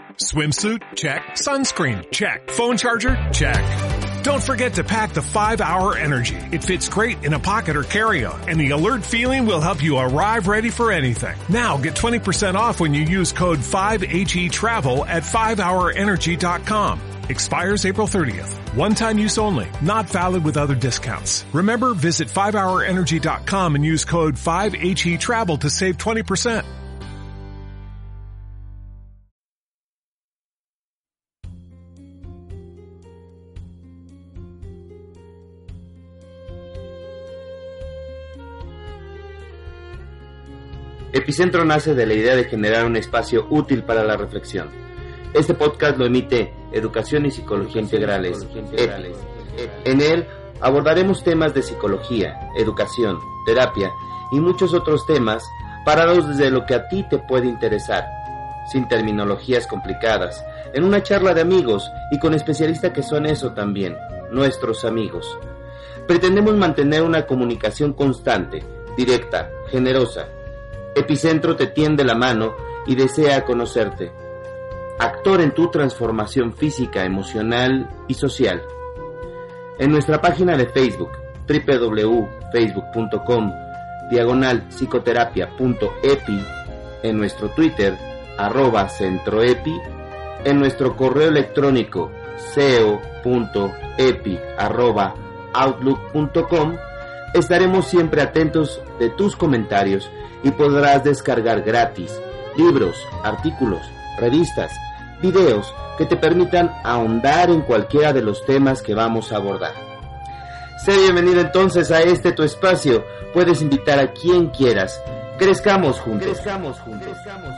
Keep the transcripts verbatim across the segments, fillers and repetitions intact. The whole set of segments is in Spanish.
Swimsuit? Check. Sunscreen? Check. Phone charger? Check. Don't forget to pack the five hour Energy. It fits great in a pocket or carry-on, and the alert feeling will help you arrive ready for anything. Now get twenty percent off when you use code five H E travel at five hour energy dot com. Expires April thirtieth. One-time use only. Not valid with other discounts. Remember, visit five hour energy dot com and use code five H E travel to save twenty percent. Epicentro nace de la idea de generar un espacio útil para la reflexión. Este podcast lo emite Educación y Psicología Integrales, E P I. En él abordaremos temas de psicología, educación, terapia y muchos otros temas parados desde lo que a ti te puede interesar, sin terminologías complicadas, en una charla de amigos y con especialistas que son eso también, nuestros amigos. Pretendemos mantener una comunicación constante, directa, generosa. Epicentro te tiende la mano y desea conocerte. Actor en tu transformación física, emocional y social. En nuestra página de Facebook, doble u doble u doble u punto facebook punto com, diagonal psicoterapia punto epi, en nuestro Twitter, arroba centroepi, en nuestro correo electrónico, seo punto epi arroba outlook punto com, estaremos siempre atentos de tus comentarios y podrás descargar gratis libros, artículos, revistas, videos que te permitan ahondar en cualquiera de los temas que vamos a abordar. Sé bienvenido entonces a este tu espacio. Puedes invitar a quien quieras. Crezcamos juntos. Crezcamos juntos. Crezcamos.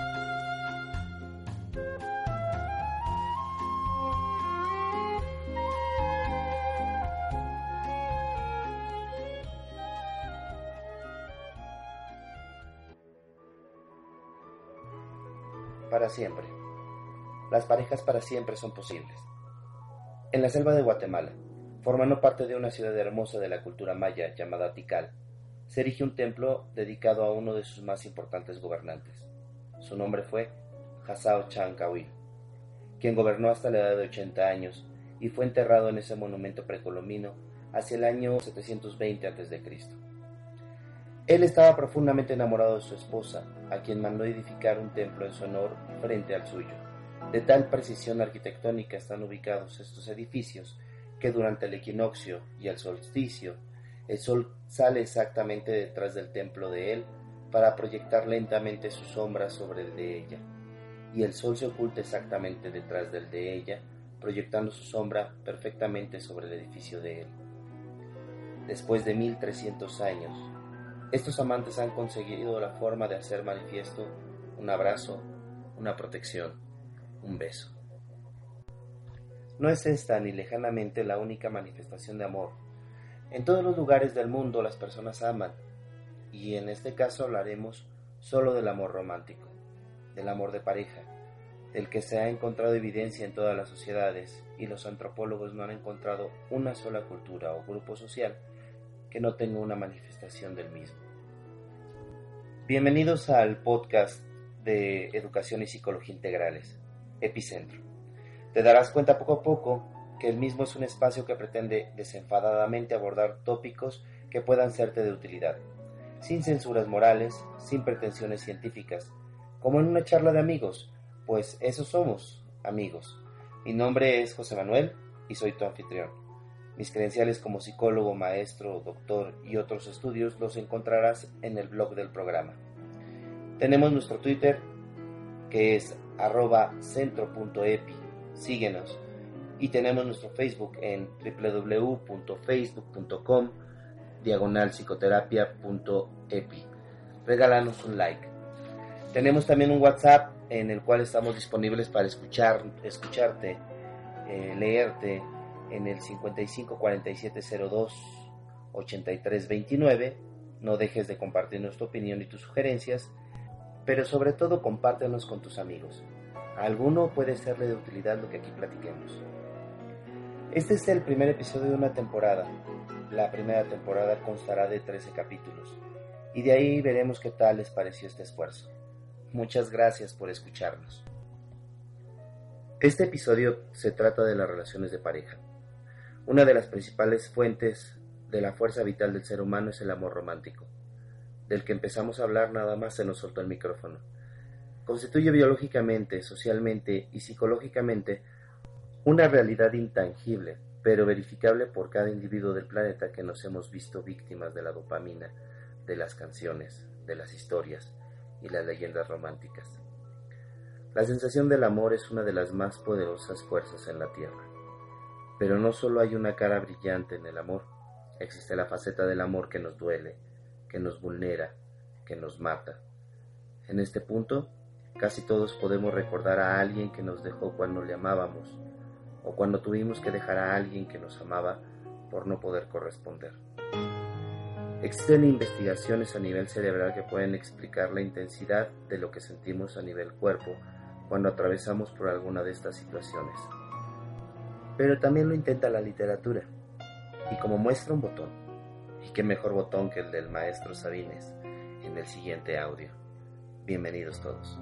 Para siempre. Las parejas para siempre son posibles. En la selva de Guatemala, formando parte de una ciudad hermosa de la cultura maya llamada Tikal, se erige un templo dedicado a uno de sus más importantes gobernantes. Su nombre fue Hasao Chancawil, quien gobernó hasta la edad de ochenta años y fue enterrado en ese monumento precolombino hacia el año setecientos veinte antes de Cristo Él estaba profundamente enamorado de su esposa, a quien mandó edificar un templo en su honor frente al suyo. De tal precisión arquitectónica están ubicados estos edificios que durante el equinoccio y el solsticio, el sol sale exactamente detrás del templo de él para proyectar lentamente su sombra sobre el de ella, y el sol se oculta exactamente detrás del de ella, proyectando su sombra perfectamente sobre el edificio de él. Después de mil trescientos años, estos amantes han conseguido la forma de hacer manifiesto un abrazo, una protección, un beso. No es esta ni lejanamente la única manifestación de amor. En todos los lugares del mundo las personas aman, y en este caso hablaremos solo del amor romántico, del amor de pareja, del que se ha encontrado evidencia en todas las sociedades, y los antropólogos no han encontrado una sola cultura o grupo social que no tenga una manifestación del mismo. Bienvenidos al podcast de Educación y Psicología Integrales, Epicentro. Te darás cuenta poco a poco que el mismo es un espacio que pretende desenfadadamente abordar tópicos que puedan serte de utilidad, sin censuras morales, sin pretensiones científicas, como en una charla de amigos, pues eso somos, amigos. Mi nombre es José Manuel y soy tu anfitrión. Mis credenciales como psicólogo, maestro, doctor y otros estudios los encontrarás en el blog del programa. Tenemos nuestro Twitter, que es arroba centro.epi, síguenos, y tenemos nuestro Facebook en doble u doble u doble u punto facebook punto com, diagonal psicoterapia punto epi. Regálanos un like. Tenemos también un WhatsApp en el cual estamos disponibles para escuchar, escucharte, eh, leerte, en el cincuenta y cinco cuarenta y siete cero dos ochenta y tres veintinueve. No dejes de compartirnos tu opinión y tus sugerencias, pero sobre todo compártenos con tus amigos. A alguno puede serle de utilidad lo que aquí platiquemos. Este es el primer episodio de una temporada. La primera temporada constará de trece capítulos, y de ahí veremos qué tal les pareció este esfuerzo. Muchas gracias por escucharnos. Este episodio se trata de las relaciones de pareja. Una de las principales fuentes de la fuerza vital del ser humano es el amor romántico, del que empezamos a hablar nada más se nos soltó el micrófono. Constituye biológicamente, socialmente y psicológicamente una realidad intangible, pero verificable por cada individuo del planeta que nos hemos visto víctimas de la dopamina, de las canciones, de las historias y las leyendas románticas. La sensación del amor es una de las más poderosas fuerzas en la Tierra. Pero no solo hay una cara brillante en el amor, existe la faceta del amor que nos duele, que nos vulnera, que nos mata. En este punto, casi todos podemos recordar a alguien que nos dejó cuando le amábamos, o cuando tuvimos que dejar a alguien que nos amaba por no poder corresponder. Existen investigaciones a nivel cerebral que pueden explicar la intensidad de lo que sentimos a nivel cuerpo cuando atravesamos por alguna de estas situaciones. Pero también lo intenta la literatura, y como muestra un botón, y qué mejor botón que el del maestro Sabines en el siguiente audio. Bienvenidos todos.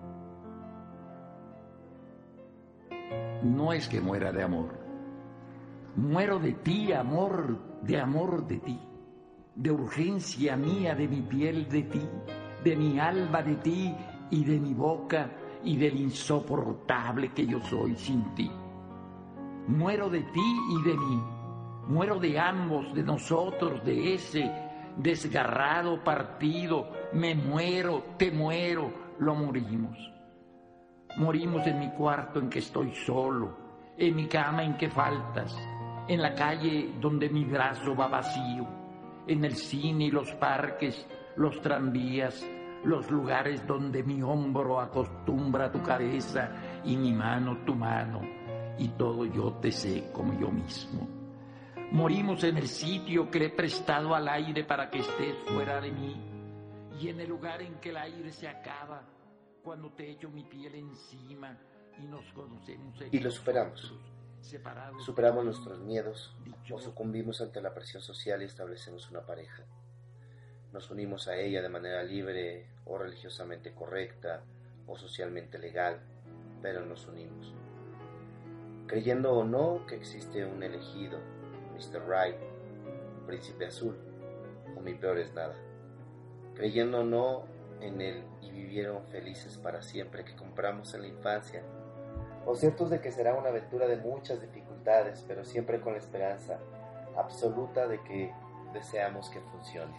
No es que muera de amor. Muero de ti, amor, de amor de ti, de urgencia mía, de mi piel de ti, de mi alma de ti y de mi boca y del insoportable que yo soy sin ti. Muero de ti y de mí, muero de ambos, de nosotros, de ese desgarrado partido. Me muero, te muero, lo morimos. Morimos en mi cuarto en que estoy solo, en mi cama en que faltas, en la calle donde mi brazo va vacío, en el cine y los parques, los tranvías, los lugares donde mi hombro acostumbra tu cabeza y mi mano tu mano, y todo yo te sé como yo mismo. Morimos en el sitio que le he prestado al aire para que estés fuera de mí, y en el lugar en que el aire se acaba, cuando te echo mi piel encima y nos conocemos. Y lo superamos. Superamos nuestros miedos o sucumbimos ante la presión social y establecemos una pareja. Nos unimos a ella de manera libre o religiosamente correcta o socialmente legal, pero nos unimos. Creyendo o no que existe un elegido, mister Right, un príncipe azul, o mi peor es nada. Creyendo o no en el y vivieron felices para siempre que compramos en la infancia, o ciertos de que será una aventura de muchas dificultades, pero siempre con la esperanza absoluta de que deseamos que funcione.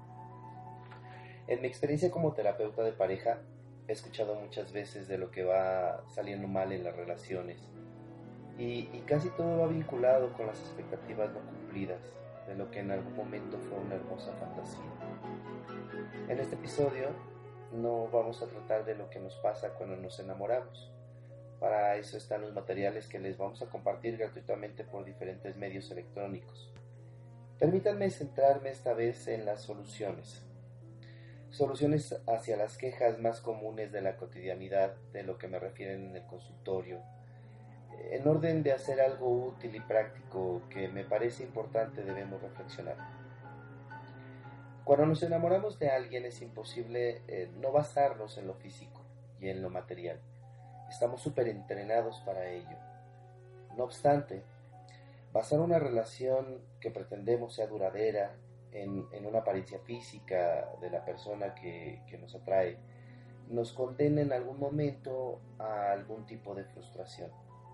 En mi experiencia como terapeuta de pareja, he escuchado muchas veces de lo que va saliendo mal en las relaciones, y, y casi todo va vinculado con las expectativas no cumplidas, de lo que en algún momento fue una hermosa fantasía. En este episodio no vamos a tratar de lo que nos pasa cuando nos enamoramos. Para eso están los materiales que les vamos a compartir gratuitamente por diferentes medios electrónicos. Permítanme centrarme esta vez en las soluciones. Soluciones hacia las quejas más comunes de la cotidianidad, de lo que me refieren en el consultorio, en orden de hacer algo útil y práctico que me parece importante debemos reflexionar. Cuando nos enamoramos de alguien es imposible eh, no basarnos en lo físico y en lo material. Estamos súper entrenados para ello. No obstante, basar una relación que pretendemos sea duradera en, en una apariencia física de la persona que, que nos atrae, nos condena en algún momento a algún tipo de frustración.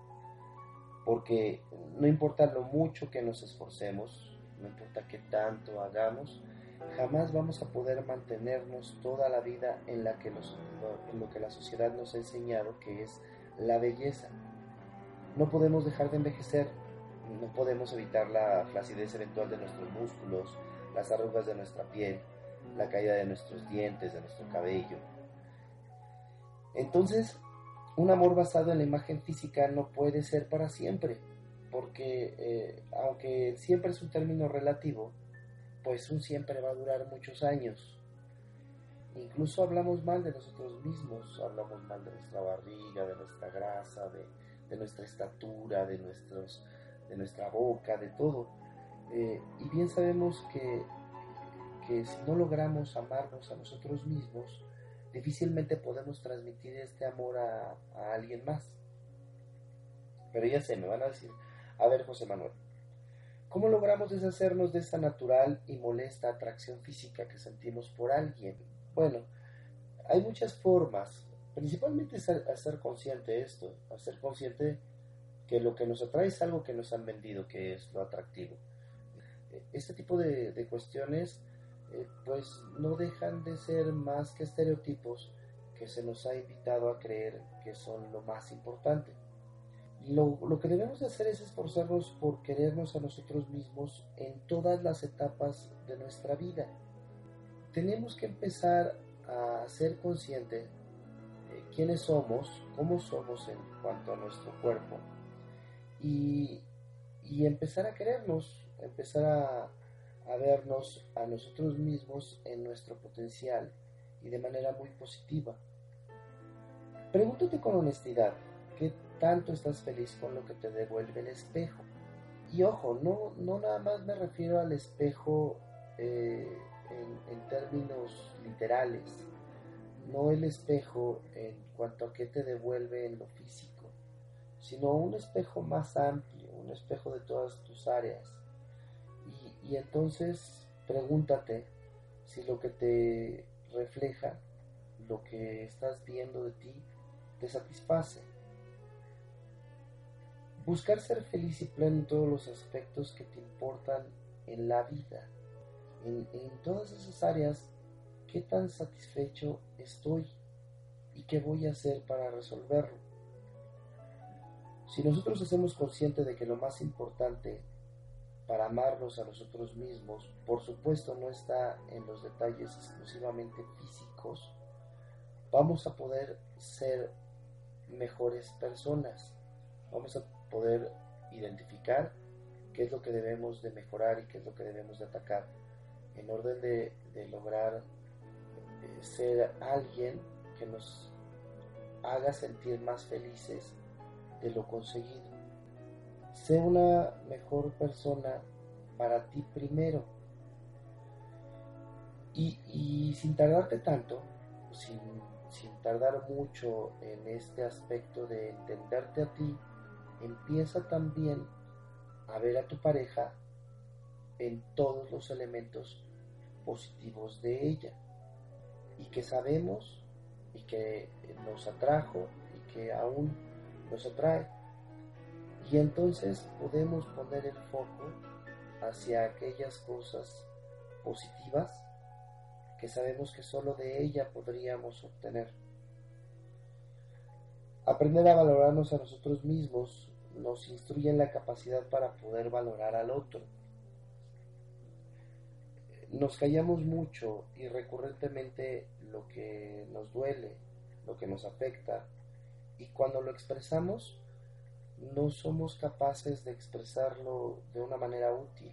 Porque no importa lo mucho que nos esforcemos, no importa qué tanto hagamos, jamás vamos a poder mantenernos toda la vida en, la que los, en lo que la sociedad nos ha enseñado que es la belleza. No podemos dejar de envejecer, no podemos evitar la flacidez eventual de nuestros músculos, las arrugas de nuestra piel, la caída de nuestros dientes, de nuestro cabello. Entonces, un amor basado en la imagen física no puede ser para siempre, porque eh, aunque siempre es un término relativo, pues un siempre va a durar muchos años. Incluso hablamos mal de nosotros mismos, hablamos mal de nuestra barriga, de nuestra grasa, de, de nuestra estatura, de, nuestros, de nuestra boca, de todo. Eh, y bien sabemos que, que si no logramos amarnos a nosotros mismos, difícilmente podemos transmitir este amor a, a alguien más. Pero ya sé, me van a decir, a ver, José Manuel, ¿cómo logramos deshacernos de esa natural y molesta atracción física que sentimos por alguien? Bueno, hay muchas formas, principalmente es hacer consciente esto, hacer consciente que lo que nos atrae es algo que nos han vendido, que es lo atractivo. Este tipo de, de cuestiones eh, pues no dejan de ser más que estereotipos que se nos ha invitado a creer que son lo más importante. Lo, lo que debemos de hacer es esforzarnos por querernos a nosotros mismos en todas las etapas de nuestra vida. Tenemos que empezar a ser conscientes de quiénes somos, cómo somos en cuanto a nuestro cuerpo y, y empezar a querernos, empezar a, a vernos a nosotros mismos en nuestro potencial y de manera muy positiva. Pregúntate con honestidad, ¿qué tanto estás feliz con lo que te devuelve el espejo? Y ojo, no, no nada más me refiero al espejo eh, en, en términos literales, no el espejo en cuanto a qué te devuelve en lo físico, sino un espejo más amplio, un espejo de todas tus áreas. Y, y entonces pregúntate si lo que te refleja, lo que estás viendo de ti, te satisface. Buscar ser feliz y pleno en todos los aspectos que te importan en la vida, en, en todas esas áreas, ¿qué tan satisfecho estoy y qué voy a hacer para resolverlo? Si nosotros hacemos consciente de que lo más importante para amarnos a nosotros mismos, por supuesto, no está en los detalles exclusivamente físicos, vamos a poder ser mejores personas, vamos a poder identificar qué es lo que debemos de mejorar y qué es lo que debemos de atacar en orden de, de lograr eh, ser alguien que nos haga sentir más felices de lo conseguido. Sé una mejor persona para ti primero y, y sin tardarte tanto, sin, sin tardar mucho en este aspecto de entenderte a ti, empieza también a ver a tu pareja en todos los elementos positivos de ella y que sabemos y que nos atrajo y que aún nos atrae, y entonces podemos poner el foco hacia aquellas cosas positivas que sabemos que solo de ella podríamos obtener. Aprender a valorarnos a nosotros mismos nos instruye en la capacidad para poder valorar al otro. Nos callamos mucho y recurrentemente lo que nos duele, lo que nos afecta, y cuando lo expresamos no somos capaces de expresarlo de una manera útil.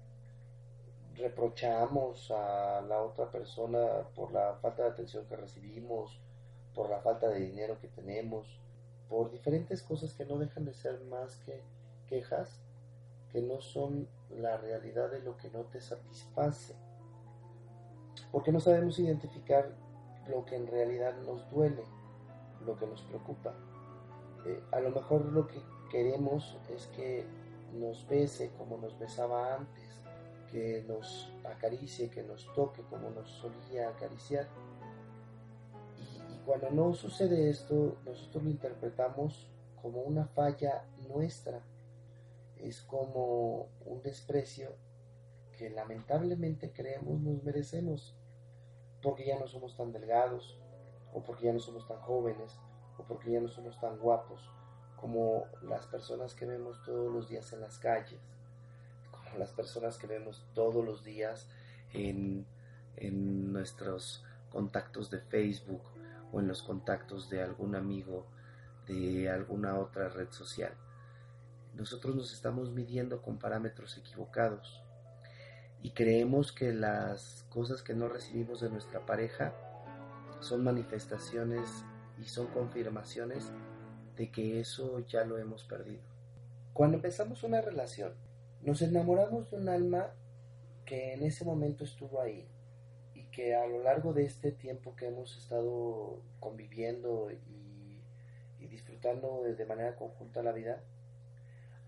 Reprochamos a la otra persona por la falta de atención que recibimos, por la falta de dinero que tenemos, por diferentes cosas que no dejan de ser más que quejas que no son la realidad de lo que no te satisface, porque no sabemos identificar lo que en realidad nos duele, lo que nos preocupa. Eh, a lo mejor lo que queremos es que nos bese como nos besaba antes, que nos acaricie, que nos toque como nos solía acariciar. Y, y cuando no sucede esto, nosotros lo interpretamos como una falla nuestra. Es como un desprecio que lamentablemente creemos nos merecemos, porque ya no somos tan delgados, o porque ya no somos tan jóvenes, o porque ya no somos tan guapos como las personas que vemos todos los días en las calles, como las personas que vemos todos los días en, en nuestros contactos de Facebook o en los contactos de algún amigo de alguna otra red social. Nosotros nos estamos midiendo con parámetros equivocados y creemos que las cosas que no recibimos de nuestra pareja son manifestaciones y son confirmaciones de que eso ya lo hemos perdido. Cuando empezamos una relación, nos enamoramos de un alma que en ese momento estuvo ahí y que a lo largo de este tiempo que hemos estado conviviendo y, y disfrutando de manera conjunta la vida,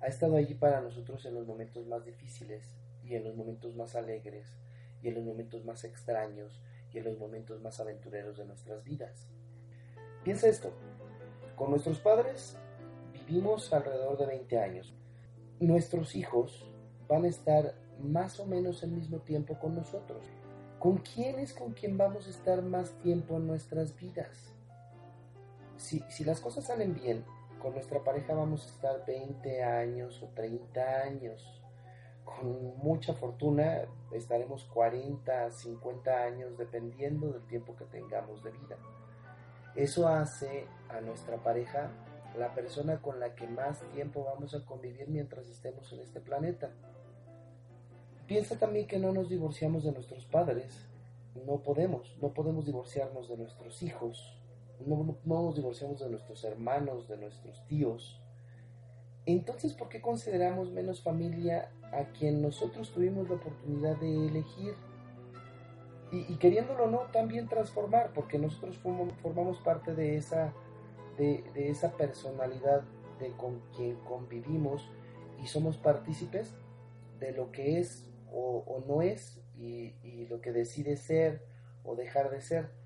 ha estado allí para nosotros en los momentos más difíciles y en los momentos más alegres y en los momentos más extraños y en los momentos más aventureros de nuestras vidas. Piensa esto, con nuestros padres vivimos alrededor de veinte años. Nuestros hijos van a estar más o menos el mismo tiempo con nosotros. ¿Con quién es con quien vamos a estar más tiempo en nuestras vidas? Si, si las cosas salen bien, con nuestra pareja vamos a estar veinte años o treinta años. Con mucha fortuna estaremos cuarenta, cincuenta años, dependiendo del tiempo que tengamos de vida. Eso hace a nuestra pareja la persona con la que más tiempo vamos a convivir mientras estemos en este planeta. Piensa también que no nos divorciamos de nuestros padres. No podemos, no podemos divorciarnos de nuestros hijos. No, no, no nos divorciamos de nuestros hermanos, de nuestros tíos. Entonces, ¿por qué consideramos menos familia a quien nosotros tuvimos la oportunidad de elegir? Y, y queriéndolo o no, también transformar, porque nosotros formamos, formamos parte de esa, de, de esa personalidad de con quien convivimos y somos partícipes de lo que es o, o no es y, y lo que decide ser o dejar de ser.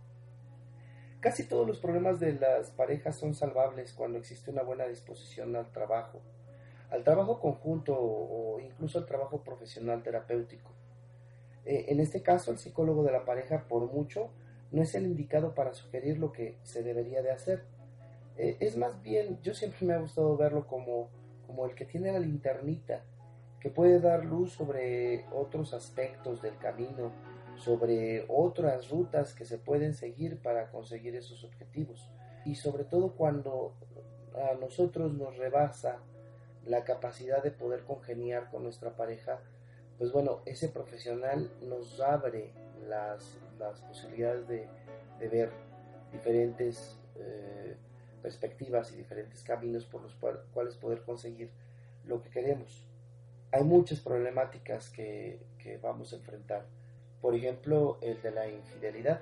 Casi todos los problemas de las parejas son salvables cuando existe una buena disposición al trabajo, al trabajo conjunto o incluso al trabajo profesional terapéutico. Eh, en este caso, el psicólogo de la pareja, por mucho, no es el indicado para sugerir lo que se debería de hacer. Eh, es más bien, yo siempre me ha gustado verlo como, como el que tiene la linternita, que puede dar luz sobre otros aspectos del camino, sobre otras rutas que se pueden seguir para conseguir esos objetivos. Y sobre todo cuando a nosotros nos rebasa la capacidad de poder congeniar con nuestra pareja, pues bueno, ese profesional nos abre las, las posibilidades de, de ver diferentes eh, perspectivas y diferentes caminos por los cuales poder conseguir lo que queremos. Hay muchas problemáticas que, que vamos a enfrentar. Por ejemplo, el de la infidelidad.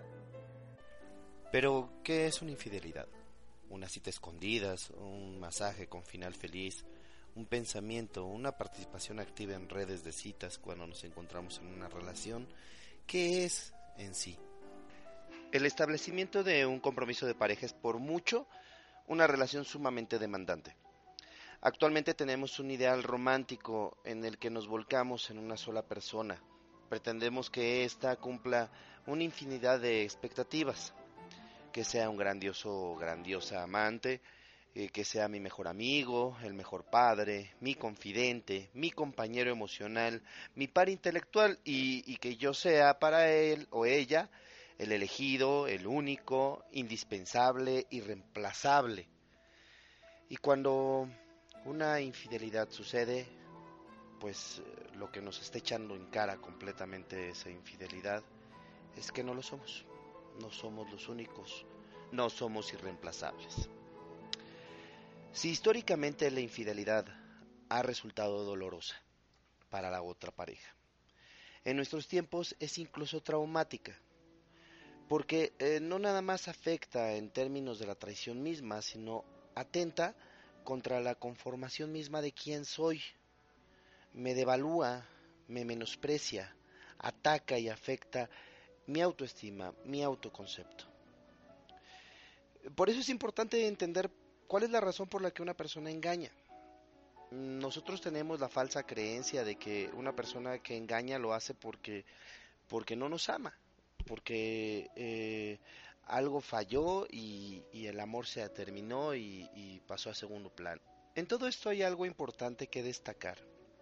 Pero, ¿qué es una infidelidad? Una cita escondidas, un masaje con final feliz, un pensamiento, una participación activa en redes de citas cuando nos encontramos en una relación. ¿Qué es en sí? El establecimiento de un compromiso de pareja es por mucho una relación sumamente demandante. Actualmente tenemos un ideal romántico en el que nos volcamos en una sola persona. Pretendemos que ésta cumpla una infinidad de expectativas, que sea un grandioso o grandiosa amante, eh, que sea mi mejor amigo, el mejor padre, mi confidente, mi compañero emocional, mi par intelectual y, y que yo sea para él o ella el elegido, el único, indispensable, irreemplazable. Y cuando una infidelidad sucede, pues lo que nos está echando en cara completamente esa infidelidad es que no lo somos, no somos los únicos, no somos irreemplazables. Si históricamente la infidelidad ha resultado dolorosa para la otra pareja, en nuestros tiempos es incluso traumática, porque eh, no nada más afecta en términos de la traición misma, sino atenta contra la conformación misma de quién soy. Me devalúa, me menosprecia, ataca y afecta mi autoestima, mi autoconcepto. Por eso es importante entender cuál es la razón por la que una persona engaña. Nosotros tenemos la falsa creencia de que una persona que engaña lo hace porque, porque no nos ama, porque eh, algo falló y, y el amor se terminó y, y pasó a segundo plano. En todo esto hay algo importante que destacar.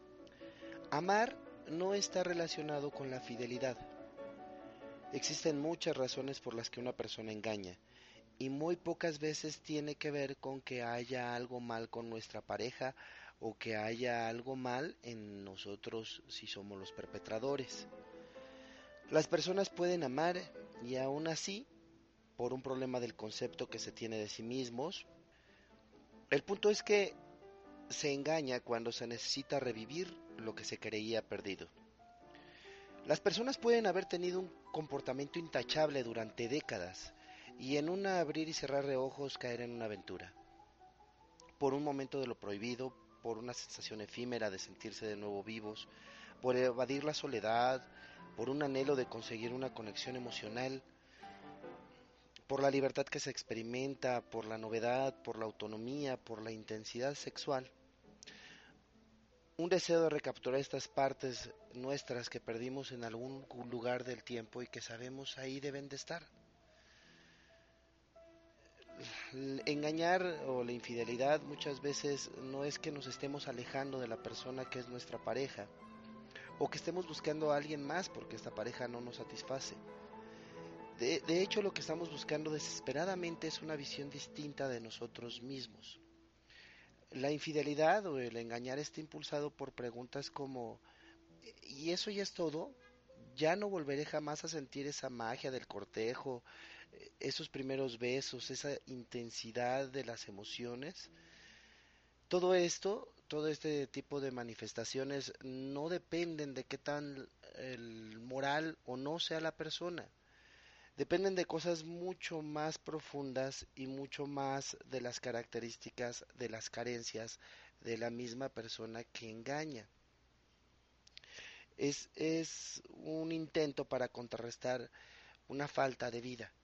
Amar no está relacionado con la fidelidad. Existen muchas razones por las que una persona engaña y muy pocas veces tiene que ver con que haya algo mal con nuestra pareja o que haya algo mal en nosotros si somos los perpetradores. Las personas pueden amar y aún así, por un problema del concepto que se tiene de sí mismos, el punto es que se engaña cuando se necesita revivir lo que se creía perdido. Las personas pueden haber tenido un comportamiento intachable durante décadas y en un abrir y cerrar de ojos caer en una aventura. Por un momento de lo prohibido por una sensación efímera de sentirse de nuevo vivos, por evadir la soledad, por un anhelo de conseguir una conexión emocional, por la libertad que se experimenta, por la novedad, por la autonomía, por la intensidad sexual. Un deseo de recapturar estas partes nuestras que perdimos en algún lugar del tiempo y que sabemos ahí deben de estar. Engañar o la infidelidad muchas veces no es que nos estemos alejando de la persona que es nuestra pareja, o que estemos buscando a alguien más porque esta pareja no nos satisface. De, de hecho, lo que estamos buscando desesperadamente es una visión distinta de nosotros mismos. La infidelidad o el engañar está impulsado por preguntas como ¿y eso ya es todo? ¿Ya no volveré jamás a sentir esa magia del cortejo, esos primeros besos, esa intensidad de las emociones? Todo esto, todo este tipo de manifestaciones no dependen de qué tan el moral o no sea la persona. Dependen de cosas mucho más profundas y mucho más de las características de las carencias de la misma persona que engaña. Es, es un intento para contrarrestar una falta de vida.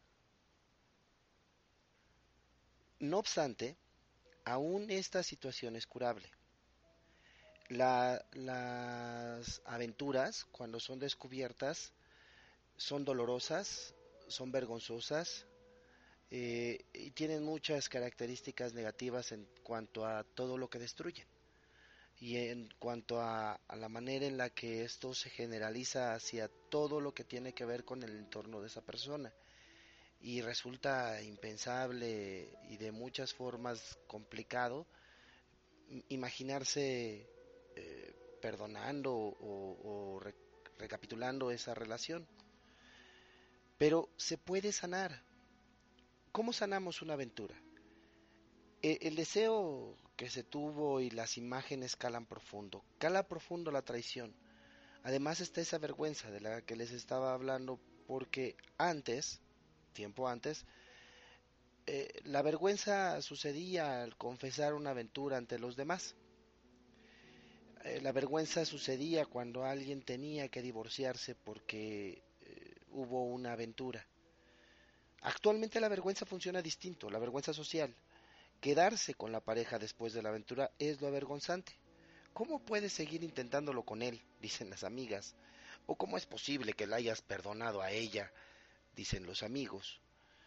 No obstante, aún esta situación es curable. La, las aventuras, cuando son descubiertas, son dolorosas, son vergonzosas eh, y tienen muchas características negativas en cuanto a todo lo que destruyen y en cuanto a, a la manera en la que esto se generaliza hacia todo lo que tiene que ver con el entorno de esa persona y resulta impensable y de muchas formas complicado imaginarse eh, perdonando o, o re, recapitulando esa relación. Pero se puede sanar. ¿Cómo sanamos una aventura? El, el deseo que se tuvo y las imágenes calan profundo. Cala profundo la traición. Además está esa vergüenza de la que les estaba hablando, porque antes, tiempo antes, eh, la vergüenza sucedía al confesar una aventura ante los demás. Eh, la vergüenza sucedía cuando alguien tenía que divorciarse porque eh, hubo una aventura. Actualmente la vergüenza funciona distinto, la vergüenza social. Quedarse con la pareja después de la aventura es lo avergonzante. ¿Cómo puedes seguir intentándolo con él?, dicen las amigas. ¿O cómo es posible que la hayas perdonado a ella?, dicen los amigos.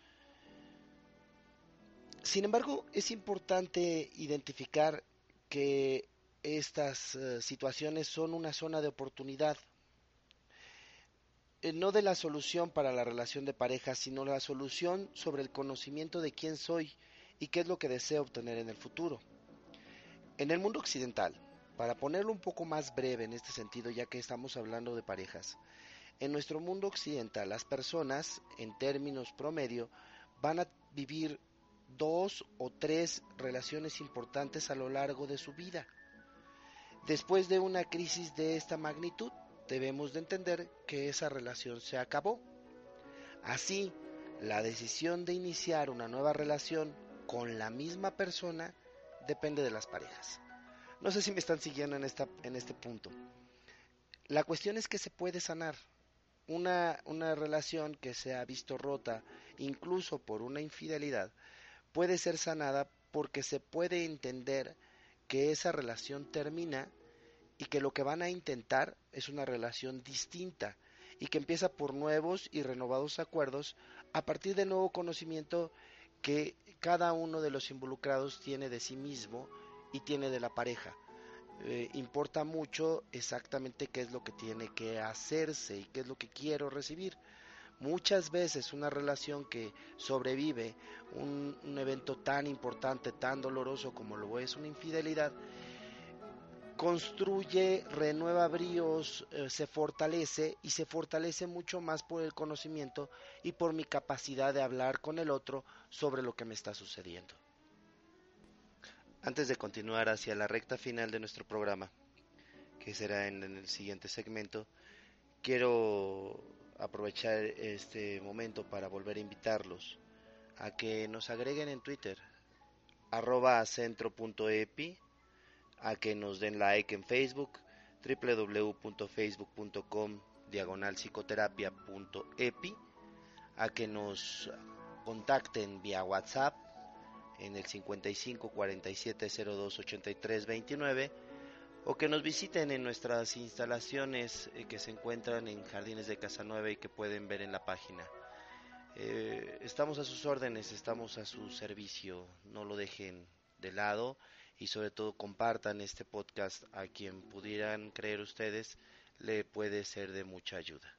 Sin embargo, es importante identificar que estas uh, situaciones son una zona de oportunidad. No de la solución para la relación de pareja, sino la solución sobre el conocimiento de quién soy y qué es lo que deseo obtener en el futuro. En el mundo occidental, para ponerlo un poco más breve en este sentido, ya que estamos hablando de parejas, en nuestro mundo occidental las personas, en términos promedio, van a vivir dos o tres relaciones importantes a lo largo de su vida. Después de una crisis de esta magnitud, debemos de entender que esa relación se acabó. Así, la decisión de iniciar una nueva relación con la misma persona depende de las parejas. No sé si me están siguiendo en, esta, en este punto. La cuestión es que se puede sanar. Una, una relación que se ha visto rota, incluso por una infidelidad, puede ser sanada porque se puede entender que esa relación termina y que lo que van a intentar es una relación distinta y que empieza por nuevos y renovados acuerdos a partir del nuevo conocimiento que cada uno de los involucrados tiene de sí mismo y tiene de la pareja. Eh, importa mucho exactamente qué es lo que tiene que hacerse y qué es lo que quiero recibir. Muchas veces una relación que sobrevive un, un evento tan importante, tan doloroso como lo es una infidelidad, construye, renueva bríos, eh, se fortalece y se fortalece mucho más por el conocimiento y por mi capacidad de hablar con el otro sobre lo que me está sucediendo. Antes de continuar hacia la recta final de nuestro programa, que será en, en el siguiente segmento, quiero aprovechar este momento para volver a invitarlos a que nos agreguen en Twitter, arroba centro punto epi, a que nos den like en Facebook, doble u doble u doble u punto facebook punto com diagonal psicoterapia punto epi, a que nos contacten vía WhatsApp en el cincuenta y cinco cuarenta y siete cero dos ochenta y tres veintinueve, o que nos visiten en nuestras instalaciones eh, que se encuentran en Jardines de Casanueva y que pueden ver en la página. Eh, estamos a sus órdenes, estamos a su servicio, no lo dejen de lado y sobre todo compartan este podcast a quien pudieran creer ustedes le puede ser de mucha ayuda.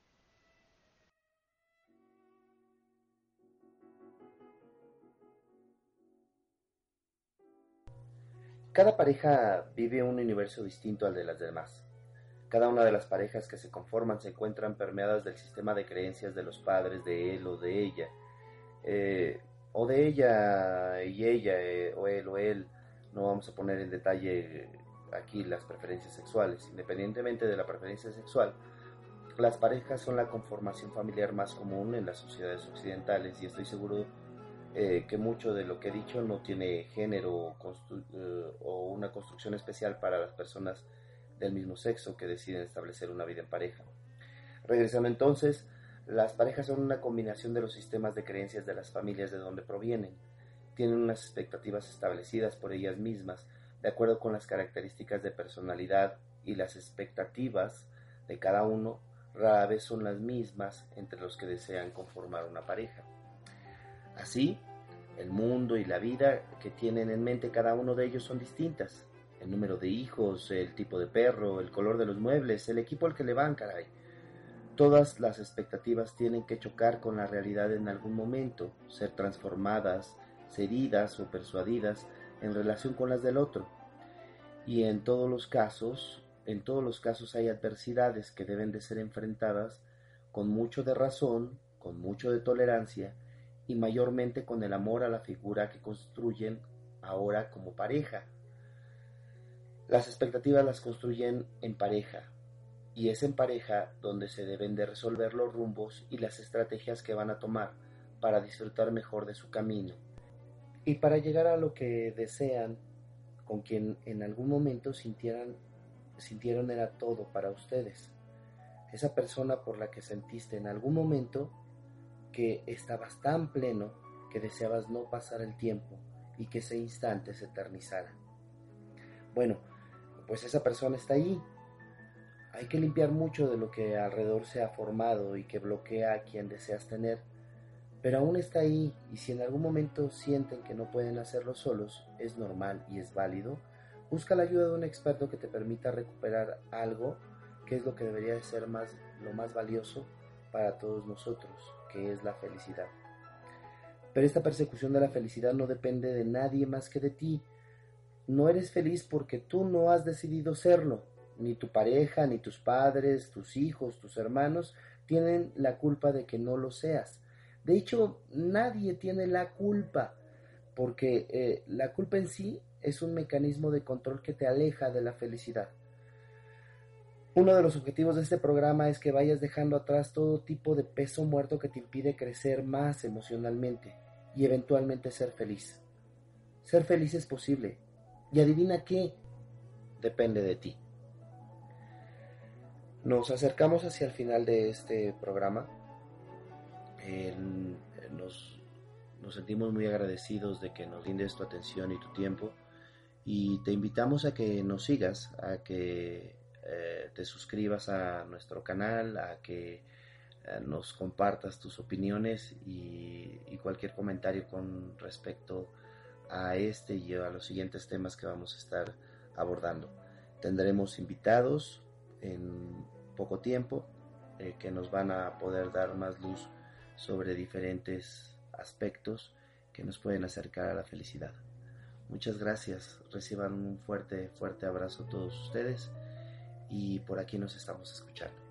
Cada pareja vive un universo distinto al de las demás. Cada una de las parejas que se conforman se encuentran permeadas del sistema de creencias de los padres de él o de ella, eh, o de ella y ella, eh, o él o él. No vamos a poner en detalle aquí las preferencias sexuales. Independientemente de la preferencia sexual, las parejas son la conformación familiar más común en las sociedades occidentales, y estoy seguro eh, que mucho de lo que he dicho no tiene género o, constru- eh, o una construcción especial para las personas del mismo sexo que deciden establecer una vida en pareja. Regresando entonces, las parejas son una combinación de los sistemas de creencias de las familias de donde provienen. Tienen unas expectativas establecidas por ellas mismas, de acuerdo con las características de personalidad, y las expectativas de cada uno rara vez son las mismas entre los que desean conformar una pareja. Así, el mundo y la vida que tienen en mente cada uno de ellos son distintas. El número de hijos, el tipo de perro, el color de los muebles, el equipo al que le van, caray. Todas las expectativas tienen que chocar con la realidad en algún momento, ser transformadas, cedidas o persuadidas en relación con las del otro. Y en todos los casos, en todos los casos hay adversidades que deben de ser enfrentadas con mucho de razón, con mucho de tolerancia y mayormente con el amor a la figura que construyen ahora como pareja. Las expectativas las construyen en pareja, y es en pareja donde se deben de resolver los rumbos y las estrategias que van a tomar para disfrutar mejor de su camino y para llegar a lo que desean, con quien en algún momento sintieran, sintieron era todo para ustedes. Esa persona por la que sentiste en algún momento que estabas tan pleno que deseabas no pasar el tiempo y que ese instante se eternizara. Bueno, pues esa persona está ahí. Hay que limpiar mucho de lo que alrededor se ha formado y que bloquea a quien deseas tener, pero aún está ahí, y si en algún momento sienten que no pueden hacerlo solos, es normal y es válido. Busca la ayuda de un experto que te permita recuperar algo que es lo que debería de ser más, lo más valioso para todos nosotros, que es la felicidad. Pero esta persecución de la felicidad no depende de nadie más que de ti. No eres feliz porque tú no has decidido serlo. Ni tu pareja, ni tus padres, tus hijos, tus hermanos tienen la culpa de que no lo seas. De hecho, nadie tiene la culpa, porque eh, la culpa en sí es un mecanismo de control que te aleja de la felicidad. Uno de los objetivos de este programa es que vayas dejando atrás todo tipo de peso muerto que te impide crecer más emocionalmente y eventualmente ser feliz. Ser feliz es posible. Y adivina qué, depende de ti. Nos acercamos hacia el final de este programa. Eh, nos, nos sentimos muy agradecidos de que nos brindes tu atención y tu tiempo, y te invitamos a que nos sigas, a que eh, te suscribas a nuestro canal, a que eh, nos compartas tus opiniones y, y cualquier comentario con respecto a este y a los siguientes temas que vamos a estar abordando. Tendremos invitados en poco tiempo eh, que nos van a poder dar más luz sobre diferentes aspectos que nos pueden acercar a la felicidad. Muchas gracias, reciban un fuerte, fuerte abrazo a todos ustedes, y por aquí nos estamos escuchando.